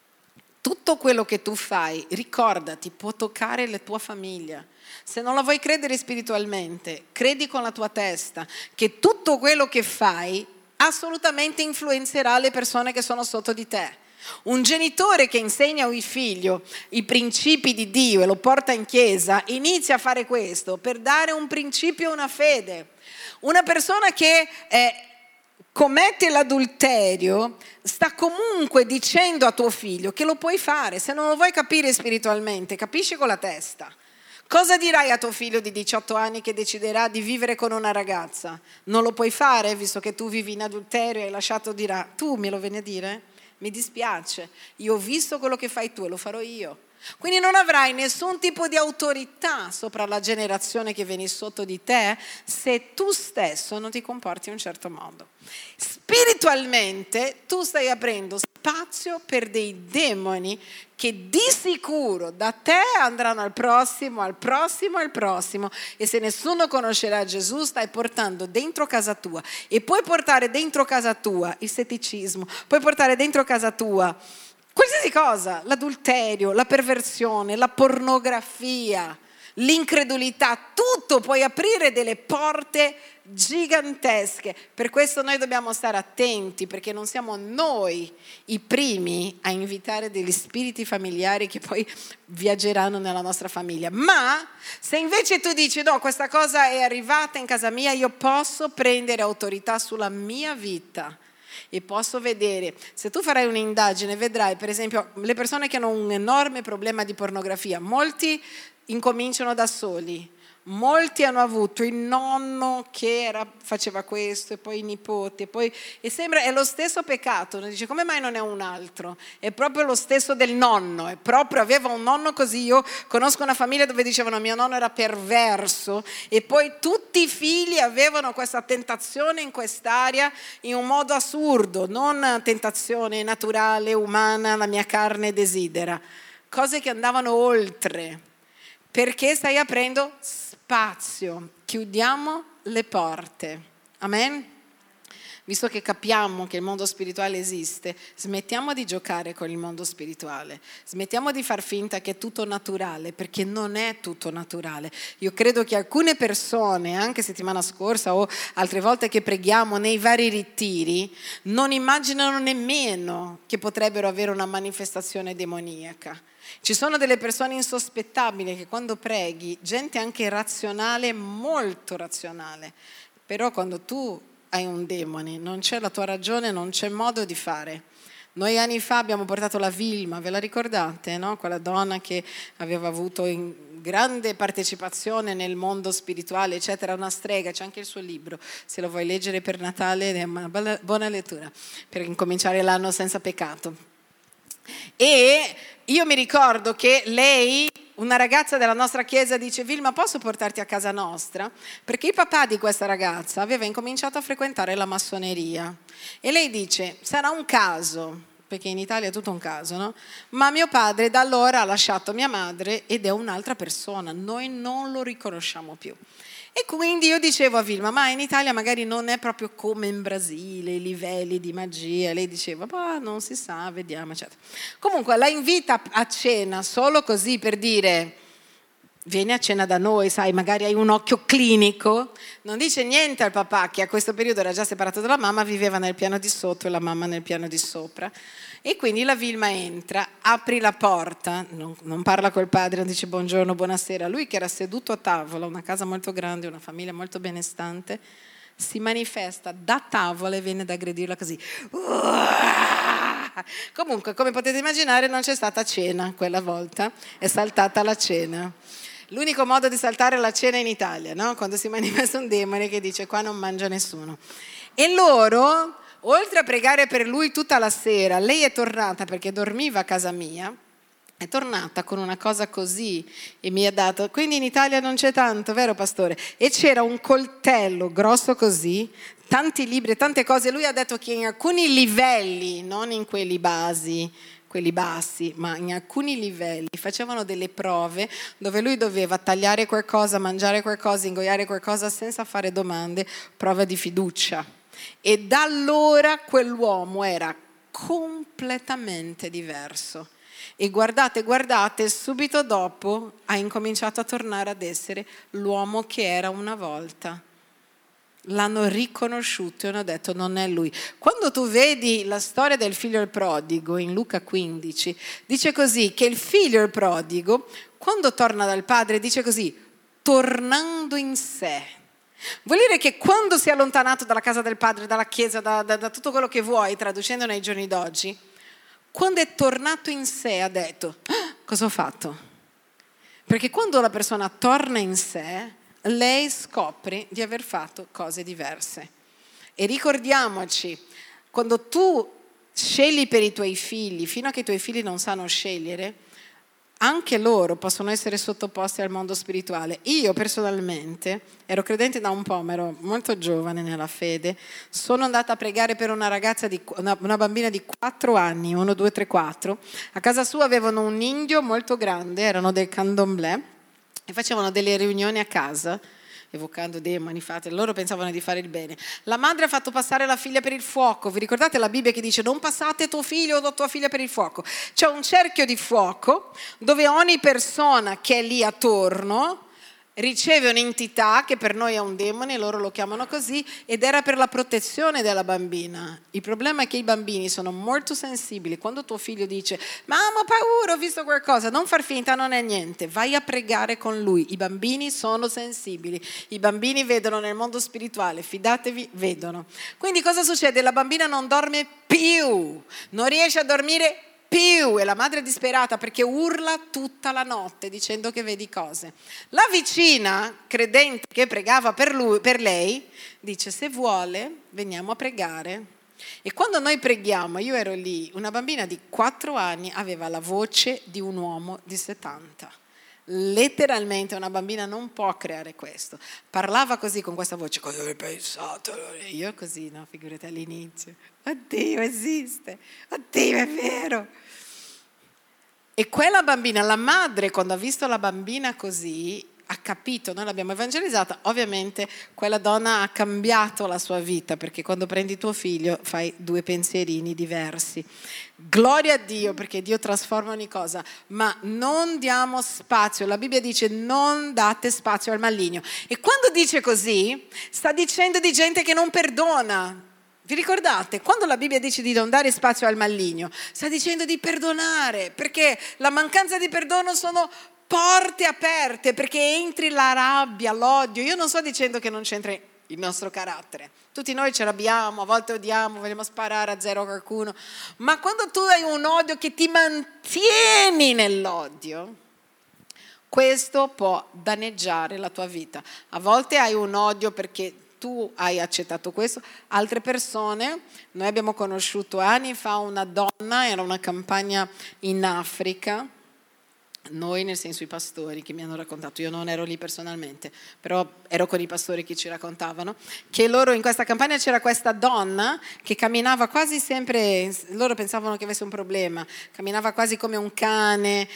Tutto quello che tu fai, ricordati, può toccare la tua famiglia. Se non la vuoi credere spiritualmente, credi con la tua testa che tutto quello che fai assolutamente influenzerà le persone che sono sotto di te. Un genitore che insegna a un figlio i principi di Dio e lo porta in chiesa, inizia a fare questo per dare un principio e una fede. Una persona che eh, commette l'adulterio sta comunque dicendo a tuo figlio che lo puoi fare. Se non lo vuoi capire spiritualmente, capisci con la testa. Cosa dirai a tuo figlio di diciotto anni che deciderà di vivere con una ragazza? Non lo puoi fare visto che tu vivi in adulterio e hai lasciato, dirà, tu me lo vieni a dire? Mi dispiace, io ho visto quello che fai tu e lo farò io. Quindi non avrai nessun tipo di autorità sopra la generazione che viene sotto di te se tu stesso non ti comporti in un certo modo. Spiritualmente tu stai aprendo spazio per dei demoni che di sicuro da te andranno al prossimo, al prossimo, al prossimo, e se nessuno conoscerà Gesù stai portando dentro casa tua, e puoi portare dentro casa tua il setticismo, puoi portare dentro casa tua qualsiasi cosa, l'adulterio, la perversione, la pornografia, l'incredulità, tutto, puoi aprire delle porte gigantesche. Per questo noi dobbiamo stare attenti, perché non siamo noi i primi a invitare degli spiriti familiari che poi viaggeranno nella nostra famiglia. Ma se invece tu dici no, questa cosa è arrivata in casa mia, io posso prendere autorità sulla mia vita e posso vedere, se tu farai un'indagine vedrai per esempio le persone che hanno un enorme problema di pornografia, molti incominciano da soli, molti hanno avuto il nonno che era, faceva questo, e poi i nipoti, e poi e sembra è lo stesso peccato. Uno dice come mai non è un altro? È proprio lo stesso del nonno, è proprio aveva un nonno così. Io conosco una famiglia dove dicevano mio nonno era perverso, e poi tutti i figli avevano questa tentazione in quest'area in un modo assurdo, non tentazione naturale, umana, la mia carne desidera, cose che andavano oltre. Perché stai aprendo spazio, chiudiamo le porte. Amen? Visto che capiamo che il mondo spirituale esiste, smettiamo di giocare con il mondo spirituale, smettiamo di far finta che è tutto naturale, perché non è tutto naturale. Io credo che alcune persone, anche settimana scorsa o altre volte che preghiamo nei vari ritiri, non immaginano nemmeno che potrebbero avere una manifestazione demoniaca. Ci sono delle persone insospettabili che quando preghi, gente anche razionale, molto razionale, però quando tu hai un demone, non c'è la tua ragione, non c'è modo di fare. Noi anni fa abbiamo portato la Vilma, ve la ricordate, no? Quella donna che aveva avuto in grande partecipazione nel mondo spirituale, eccetera, una strega, c'è anche il suo libro, se lo vuoi leggere per Natale è una buona lettura, per incominciare l'anno senza peccato. E io mi ricordo che lei, una ragazza della nostra chiesa, dice: Vilma, posso portarti a casa nostra? Perché il papà di questa ragazza aveva incominciato a frequentare la massoneria. E lei dice: sarà un caso, perché in Italia è tutto un caso, no? Ma mio padre da allora ha lasciato mia madre ed è un'altra persona, noi non lo riconosciamo più. E quindi io dicevo a Vilma: ma in Italia magari non è proprio come in Brasile, i livelli di magia. Lei diceva: ma non si sa, vediamo, eccetera. Comunque la invita a cena solo così per dire: vieni a cena da noi, sai, magari hai un occhio clinico. Non dice niente al papà, che a questo periodo era già separato dalla mamma, viveva nel piano di sotto e la mamma nel piano di sopra. E quindi la Vilma entra, apri la porta, non, non parla col padre, non dice buongiorno, buonasera. Lui che era seduto a tavola, una casa molto grande, una famiglia molto benestante, si manifesta da tavola e viene ad aggredirla così. Comunque, come potete immaginare, non c'è stata cena quella volta, è saltata la cena. L'unico modo di saltare la cena in Italia, no? Quando si manifesta un demone che dice: qua non mangia nessuno. E loro, oltre a pregare per lui tutta la sera, lei è tornata, perché dormiva a casa mia, è tornata con una cosa così e mi ha dato, quindi in Italia non c'è tanto, vero pastore? E c'era un coltello grosso così, tanti libri, tante cose. Lui ha detto che in alcuni livelli, non in quelli basi, quelli bassi, ma in alcuni livelli facevano delle prove dove lui doveva tagliare qualcosa, mangiare qualcosa, ingoiare qualcosa senza fare domande, prova di fiducia. E da allora quell'uomo era completamente diverso. E guardate, guardate, subito dopo ha incominciato a tornare ad essere l'uomo che era una volta. L'hanno riconosciuto e hanno detto: non è lui. Quando tu vedi la storia del figlio il prodigo in Luca quindici, dice così che il figlio il prodigo, quando torna dal padre, dice così: tornando in sé. Vuol dire che quando si è allontanato dalla casa del padre, dalla chiesa, da, da, da tutto quello che vuoi, traducendo nei giorni d'oggi, quando è tornato in sé ha detto: ah, cosa ho fatto? Perché quando la persona torna in sé, lei scopre di aver fatto cose diverse. E ricordiamoci, quando tu scegli per i tuoi figli, fino a che i tuoi figli non sanno scegliere, anche loro possono essere sottoposti al mondo spirituale. Io personalmente ero credente da un po', ma ero molto giovane nella fede. Sono andata a pregare per una ragazza, di, una, una bambina di quattro anni, uno, due, tre, quattro. A casa sua avevano un indio molto grande, erano del candomblé, e facevano delle riunioni a casa, evocando demoni, fate, loro pensavano di fare il bene. La madre ha fatto passare la figlia per il fuoco. Vi ricordate la Bibbia che dice: non passate tuo figlio o tua figlia per il fuoco? C'è un cerchio di fuoco dove ogni persona che è lì attorno riceve un'entità che per noi è un demone, loro lo chiamano così, ed era per la protezione della bambina. Il problema è che i bambini sono molto sensibili. Quando tuo figlio dice: mamma, ho paura, ho visto qualcosa, non far finta, non è niente, vai a pregare con lui. I bambini sono sensibili, i bambini vedono nel mondo spirituale, fidatevi, vedono. Quindi cosa succede? La bambina non dorme più, non riesce a dormire più, e la madre è disperata perché urla tutta la notte dicendo che vedi cose. La vicina credente che pregava per lui, per lei, dice: se vuole veniamo a pregare. E quando noi preghiamo, io ero lì, una bambina di quattro anni aveva la voce di un uomo di settanta. Letteralmente una bambina non può creare questo. Parlava così con questa voce: cosa hai pensato? E io così, no, figurati all'inizio. Oddio, esiste, oddio, è vero. E quella bambina, la madre, quando ha visto la bambina così, ha capito, noi l'abbiamo evangelizzata, ovviamente quella donna ha cambiato la sua vita, perché quando prendi tuo figlio fai due pensierini diversi. Gloria a Dio, perché Dio trasforma ogni cosa, ma non diamo spazio. La Bibbia dice non date spazio al maligno, e quando dice così sta dicendo di gente che non perdona. Vi ricordate? Quando la Bibbia dice di non dare spazio al maligno, sta dicendo di perdonare, perché la mancanza di perdono sono porte aperte, perché entri la rabbia, l'odio. Io non sto dicendo che non c'entra il nostro carattere. Tutti noi ce l'abbiamo, a volte odiamo, vogliamo sparare a zero a qualcuno, ma quando tu hai un odio che ti mantieni nell'odio, questo può danneggiare la tua vita. A volte hai un odio perché tu hai accettato questo. Altre persone, noi abbiamo conosciuto anni fa una donna, era una campagna in Africa, noi nel senso i pastori che mi hanno raccontato, io non ero lì personalmente, però ero con i pastori che ci raccontavano, che loro in questa campagna c'era questa donna che camminava quasi sempre, loro pensavano che avesse un problema, camminava quasi come un cane,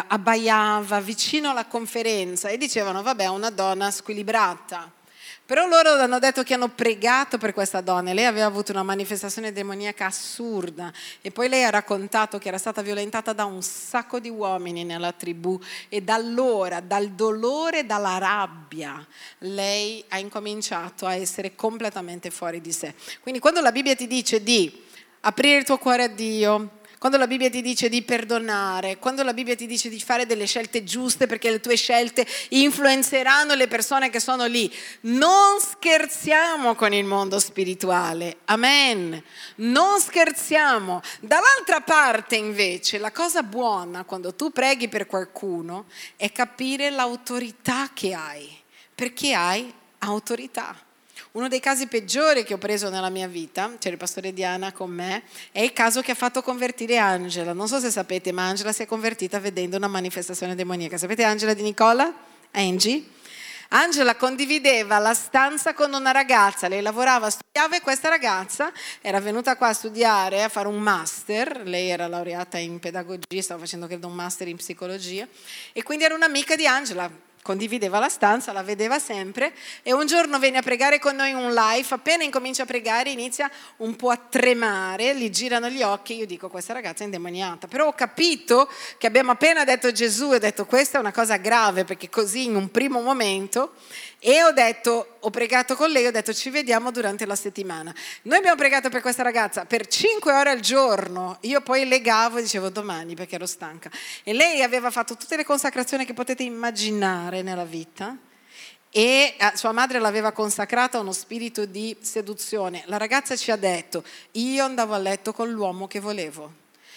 abbaiava vicino alla conferenza e dicevano vabbè, una donna squilibrata. Però loro hanno detto che hanno pregato per questa donna e lei aveva avuto una manifestazione demoniaca assurda, e poi lei ha raccontato che era stata violentata da un sacco di uomini nella tribù, e da allora, dal dolore, dalla rabbia, lei ha incominciato a essere completamente fuori di sé. Quindi quando la Bibbia ti dice di aprire il tuo cuore a Dio, quando la Bibbia ti dice di perdonare, quando la Bibbia ti dice di fare delle scelte giuste perché le tue scelte influenzeranno le persone che sono lì, non scherziamo con il mondo spirituale, amen, non scherziamo. Dall'altra parte invece la cosa buona quando tu preghi per qualcuno è capire l'autorità che hai, perché hai autorità. Uno dei casi peggiori che ho preso nella mia vita, c'era il pastore Diana con me, è il caso che ha fatto convertire Angela. Non so se sapete, ma Angela si è convertita vedendo una manifestazione demoniaca. Sapete Angela di Nicola? Angie? Angela condivideva la stanza con una ragazza, lei lavorava, studiava, e questa ragazza era venuta qua a studiare, a fare un master, lei era laureata in pedagogia, stava facendo credo un master in psicologia, e quindi era un'amica di Angela. Condivideva la stanza, la vedeva sempre, e un giorno venne a pregare con noi un live. Appena incomincia a pregare inizia un po' a tremare, gli girano gli occhi, io dico questa ragazza è indemoniata, però ho capito che abbiamo appena detto Gesù e ho detto questa è una cosa grave, perché così in un primo momento, e ho detto, ho pregato con lei, ho detto ci vediamo durante la settimana. Noi abbiamo pregato per questa ragazza per cinque ore al giorno, io poi legavo e dicevo domani perché ero stanca, e lei aveva fatto tutte le consacrazioni che potete immaginare nella vita, e sua madre l'aveva consacrata a uno spirito di seduzione. La ragazza ci ha detto io andavo a letto con l'uomo che volevo,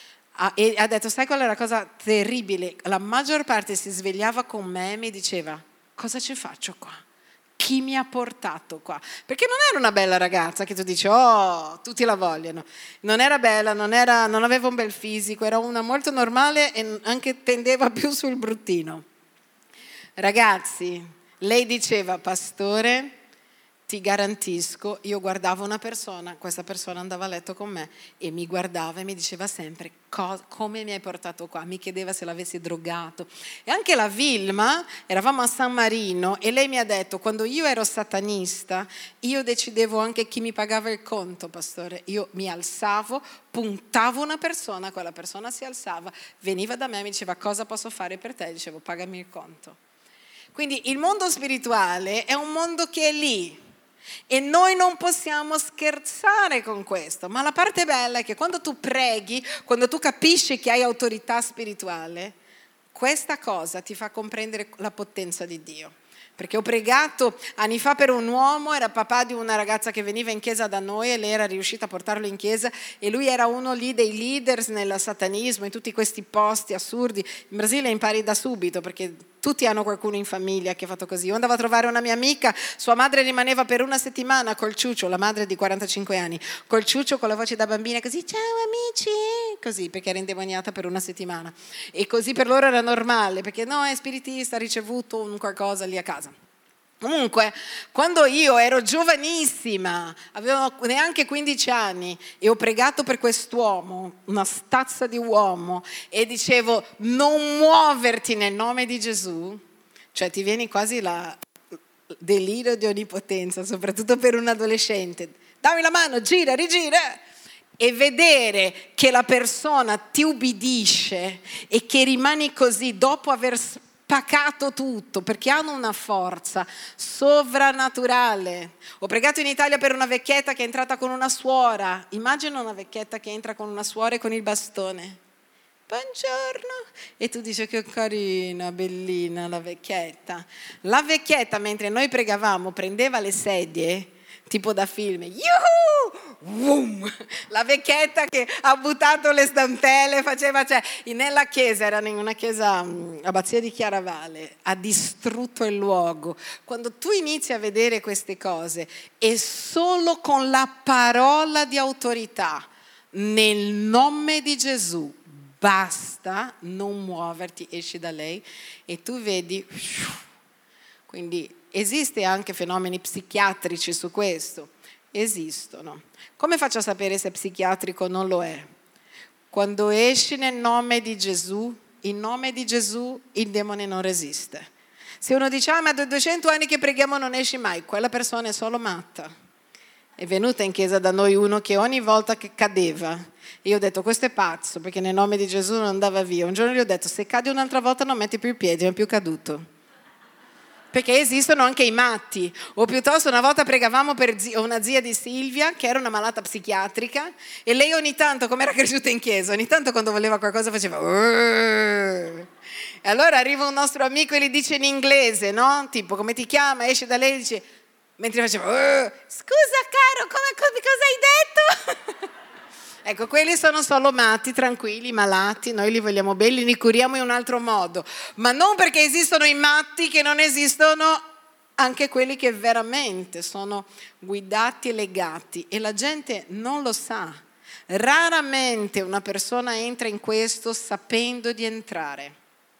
e ha detto sai qual è la cosa terribile, la maggior parte si svegliava con me e mi diceva cosa ci faccio qua? Chi mi ha portato qua? Perché non era una bella ragazza che tu dici oh tutti la vogliono, non era bella, non, era, non aveva un bel fisico, era una molto normale e anche tendeva più sul bruttino. Ragazzi, lei diceva pastore ti garantisco, io guardavo una persona, questa persona andava a letto con me e mi guardava e mi diceva sempre come mi hai portato qua, mi chiedeva se l'avessi drogato. E anche la Vilma, eravamo a San Marino e lei mi ha detto quando io ero satanista io decidevo anche chi mi pagava il conto, pastore, io mi alzavo, puntavo una persona, quella persona si alzava, veniva da me e mi diceva cosa posso fare per te, dicevo pagami il conto. Quindi il mondo spirituale è un mondo che è lì e noi non possiamo scherzare con questo, ma la parte bella è che quando tu preghi, quando tu capisci che hai autorità spirituale, questa cosa ti fa comprendere la potenza di Dio. Perché ho pregato anni fa per un uomo, era papà di una ragazza che veniva in chiesa da noi e lei era riuscita a portarlo in chiesa e lui era uno lì dei leaders nel satanismo, in tutti questi posti assurdi. In Brasile impari da subito perché tutti hanno qualcuno in famiglia che ha fatto così. Io andavo a trovare una mia amica, sua madre rimaneva per una settimana col ciuccio, la madre di quarantacinque anni, col ciuccio con la voce da bambina così, ciao amici, così, perché era indemoniata per una settimana. E così per loro era normale, perché no, è spiritista, ha ricevuto un qualcosa lì a casa. Comunque, quando io ero giovanissima, avevo neanche quindici anni e ho pregato per quest'uomo, una stazza di uomo, e dicevo non muoverti nel nome di Gesù, Cioè ti vieni quasi la delirio di onnipotenza, soprattutto per un adolescente. Dammi la mano, gira, rigira. E vedere che la persona ti ubbidisce e che rimani così dopo aver spaccato tutto, perché hanno una forza sovrannaturale. Ho pregato in Italia per una vecchietta che è entrata con una suora. Immagina una vecchietta che entra con una suora e con il bastone. Buongiorno. E tu dici che carina, bellina la vecchietta. La vecchietta, mentre noi pregavamo, prendeva le sedie tipo da film, yuhu! La vecchietta che ha buttato le stampelle, faceva, cioè, nella chiesa, erano in una chiesa, abbazia di Chiaravalle, ha distrutto il luogo. Quando tu inizi a vedere queste cose, è solo con la parola di autorità, nel nome di Gesù, basta non muoverti, esci da lei e tu vedi, quindi esiste anche fenomeni psichiatrici su questo, esistono. Come faccio a sapere se è psichiatrico o non lo è? Quando esci nel nome di Gesù, in nome di Gesù il demone non resiste. Se uno dice, ah ma da duecento anni che preghiamo non esci mai, quella persona è solo matta. È venuta in chiesa da noi uno che ogni volta che cadeva, io ho detto questo è pazzo perché nel nome di Gesù non andava via. Un giorno gli ho detto se cadi un'altra volta non metti più i piedi, non è più caduto. Perché esistono anche i matti. O piuttosto una volta pregavamo per zi- una zia di Silvia che era una malata psichiatrica e lei ogni tanto, come era cresciuta in chiesa, ogni tanto quando voleva qualcosa faceva Urgh! E allora arriva un nostro amico e gli dice in inglese, no? Tipo come ti chiama, esce da lei e dice, mentre faceva Urgh! Scusa caro, come, come, cosa hai detto? Ecco, quelli sono solo matti, tranquilli, malati, noi li vogliamo belli, li curiamo in un altro modo, ma non perché esistono i matti che non esistono anche quelli che veramente sono guidati e legati e la gente non lo sa. Raramente una persona entra in questo sapendo di entrare.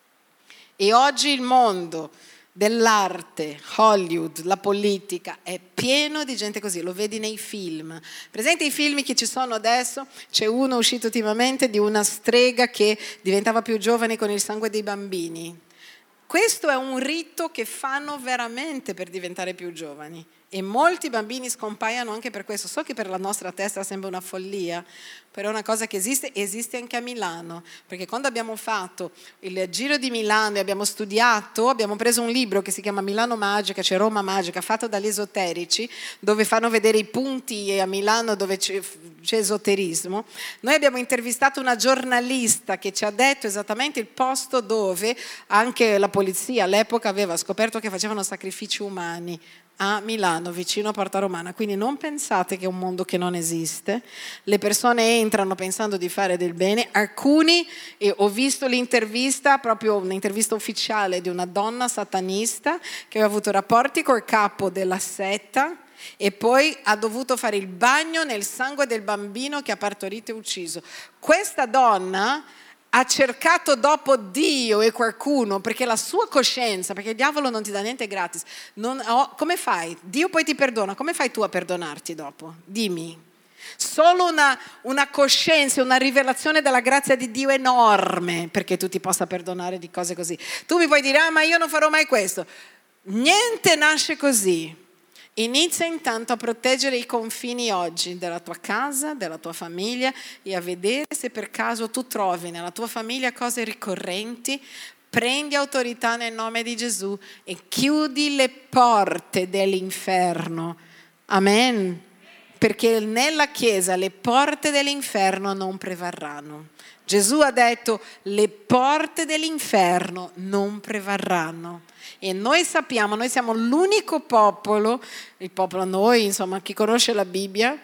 E oggi il mondo dell'arte, Hollywood, la politica, è pieno di gente così, lo vedi nei film. Presente i film che ci sono adesso? C'è uno uscito ultimamente di una strega che diventava più giovane con il sangue dei bambini. Questo è un rito che fanno veramente per diventare più giovani. E molti bambini scompaiono anche per questo. So che per la nostra testa sembra una follia, però è una cosa che esiste, esiste anche a Milano. Perché quando abbiamo fatto il giro di Milano e abbiamo studiato, abbiamo preso un libro che si chiama Milano Magica, c'è Roma Magica, fatto dagli esoterici, dove fanno vedere i punti a Milano dove c'è, c'è esoterismo. Noi abbiamo intervistato una giornalista che ci ha detto esattamente il posto dove anche la polizia all'epoca aveva scoperto che facevano sacrifici umani. A Milano, vicino a Porta Romana. Quindi non pensate che è un mondo che non esiste. Le persone entrano pensando di fare del bene. Alcuni, e ho visto l'intervista, proprio un'intervista ufficiale di una donna satanista che aveva avuto rapporti col capo della setta e poi ha dovuto fare il bagno nel sangue del bambino che ha partorito e ucciso. Questa donna ha cercato dopo Dio e qualcuno, perché la sua coscienza, perché il diavolo non ti dà niente gratis, non, oh, come fai? Dio poi ti perdona, come fai tu a perdonarti dopo? Dimmi. Solo una, una coscienza, una rivelazione della grazia di Dio enorme, perché tu ti possa perdonare di cose così. Tu mi puoi dire, ah ma io non farò mai questo. Niente nasce così. Inizia intanto a proteggere i confini oggi della tua casa, della tua famiglia e a vedere se per caso tu trovi nella tua famiglia cose ricorrenti, prendi autorità nel nome di Gesù e chiudi le porte dell'inferno. Amen. Perché nella Chiesa le porte dell'inferno non prevarranno. Gesù ha detto le porte dell'inferno non prevarranno. E noi sappiamo, noi siamo l'unico popolo, il popolo noi, insomma, chi conosce la Bibbia,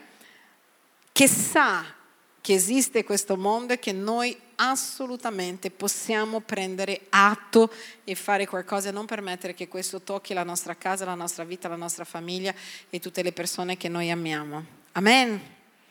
che sa che esiste questo mondo e che noi assolutamente possiamo prendere atto e fare qualcosa e non permettere che questo tocchi la nostra casa, la nostra vita, la nostra famiglia e tutte le persone che noi amiamo. Amen.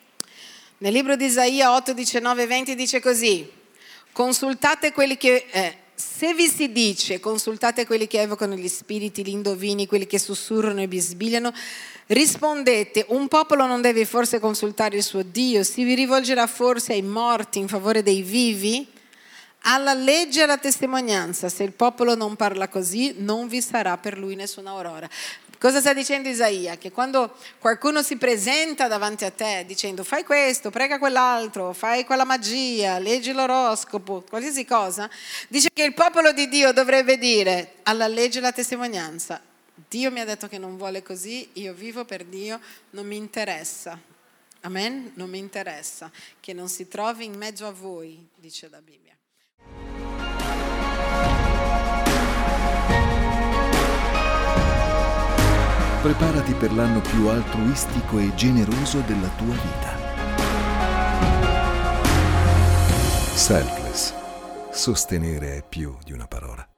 Nel libro di Isaia otto, diciannove e venti dice così: consultate quelli che... Eh, se vi si dice consultate quelli che evocano gli spiriti, gli indovini, quelli che sussurrano e bisbigliano, rispondete, un popolo non deve forse consultare il suo Dio? Si vi rivolgerà forse ai morti in favore dei vivi? Alla legge e alla testimonianza, se il popolo non parla così, non vi sarà per lui nessuna aurora. Cosa sta dicendo Isaia? Che quando qualcuno si presenta davanti a te dicendo fai questo, prega quell'altro, fai quella magia, leggi l'oroscopo, qualsiasi cosa, dice che il popolo di Dio dovrebbe dire alla legge e alla testimonianza, Dio mi ha detto che non vuole così, io vivo per Dio, non mi interessa. Amen? Non mi interessa che non si trovi in mezzo a voi, dice la Bibbia. Preparati per l'anno più altruistico e generoso della tua vita. Selfless. Sostenere è più di una parola.